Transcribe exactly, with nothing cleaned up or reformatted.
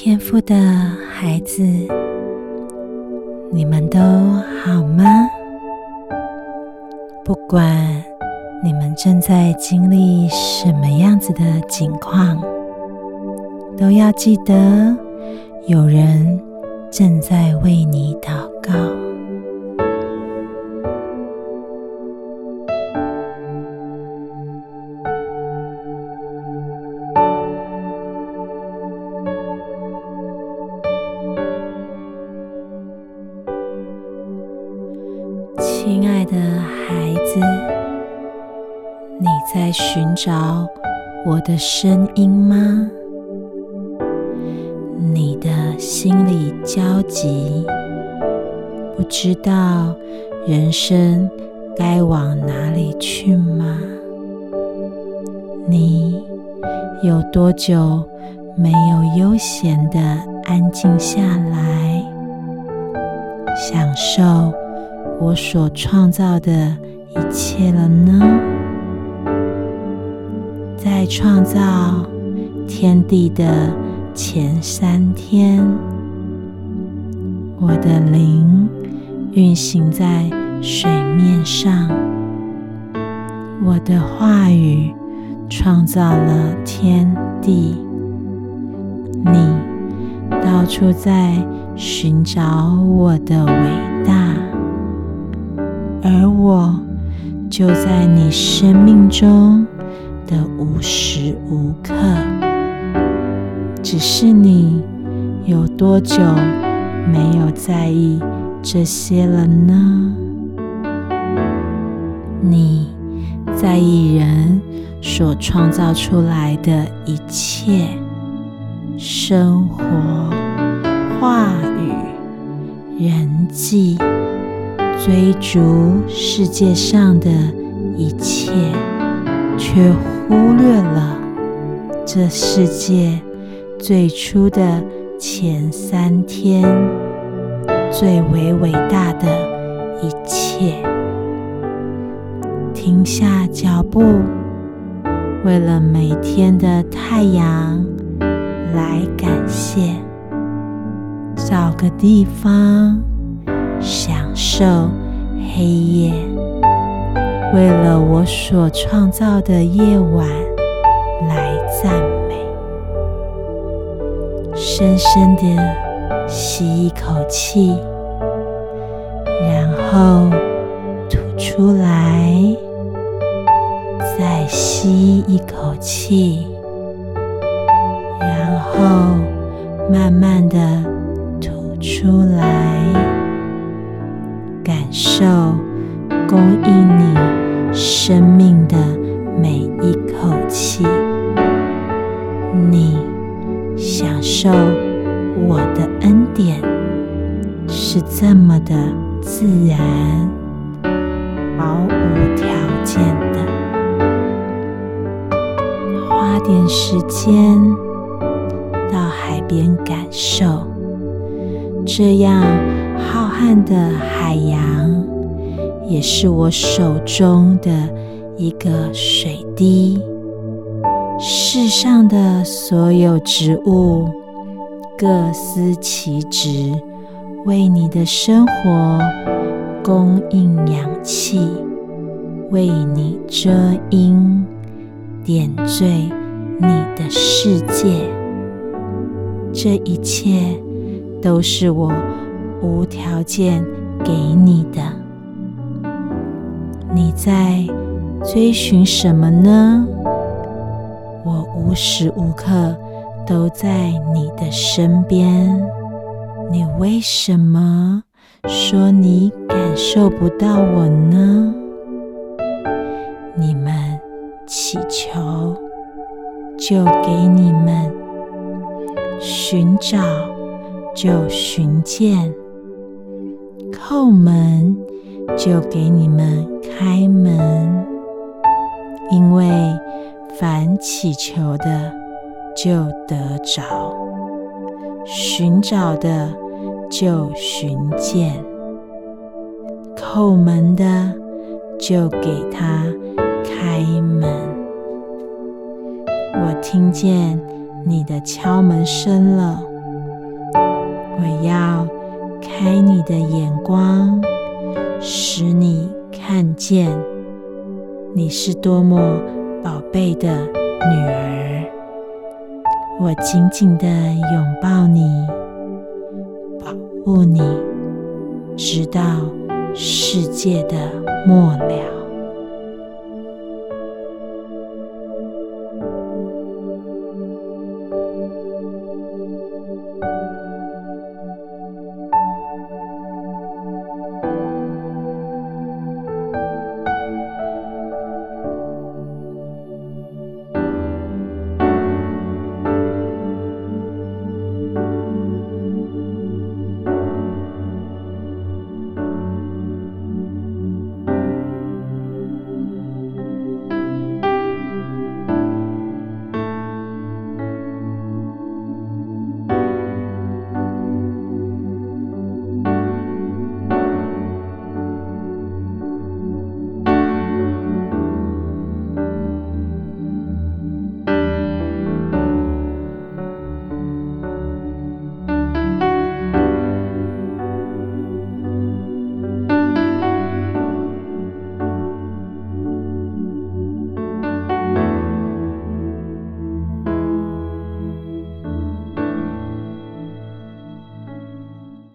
天父的孩子，你们都好吗？不管你们正在经历什么样子的境况，都要记得有人正在为你祷告。亲爱的孩子，你在寻找我的声音吗？你的心里焦急，不知道人生该往哪里去吗？你有多久没有悠闲地安静下来，享受我所创造的一切了呢？在创造天地的前三天，我的灵运行在水面上，我的话语创造了天地。你到处在寻找我的伟大，而我就在你生命中的无时无刻。只是你有多久没有在意这些了呢？你在意人所创造出来的一切，生活、话语、人际，追逐世界上的一切，却忽略了这世界最初的前三天最为伟大的一切。停下脚步，为了每天的太阳来感谢，找个地方享受黑夜，为了我所创造的夜晚来赞美。深深地吸一口气，然后吐出来，再吸一口气，然后慢慢地吐出来，感受供应你生命的每一口气。你享受我的恩典是这么的自然，毫无条件的。花点时间到海边感受，这样浩瀚的海洋也是我手中的一个水滴。世上的所有植物各司其职，为你的生活供应氧气，为你遮阴，点缀你的世界。这一切都是我无条件给你的。你在追寻什么呢？我无时无刻都在你的身边。你为什么说你感受不到我呢？你们祈求，就给你们；寻找，就寻见；叩门，就给你们开门。因为凡祈求的，就得着；寻找的，就寻见；叩门的，就给他开门。我听见你的敲门声了， 我要开你的眼光，使你看见你是多么宝贝的女儿。我紧紧地拥抱你，保护你，直到世界的末了。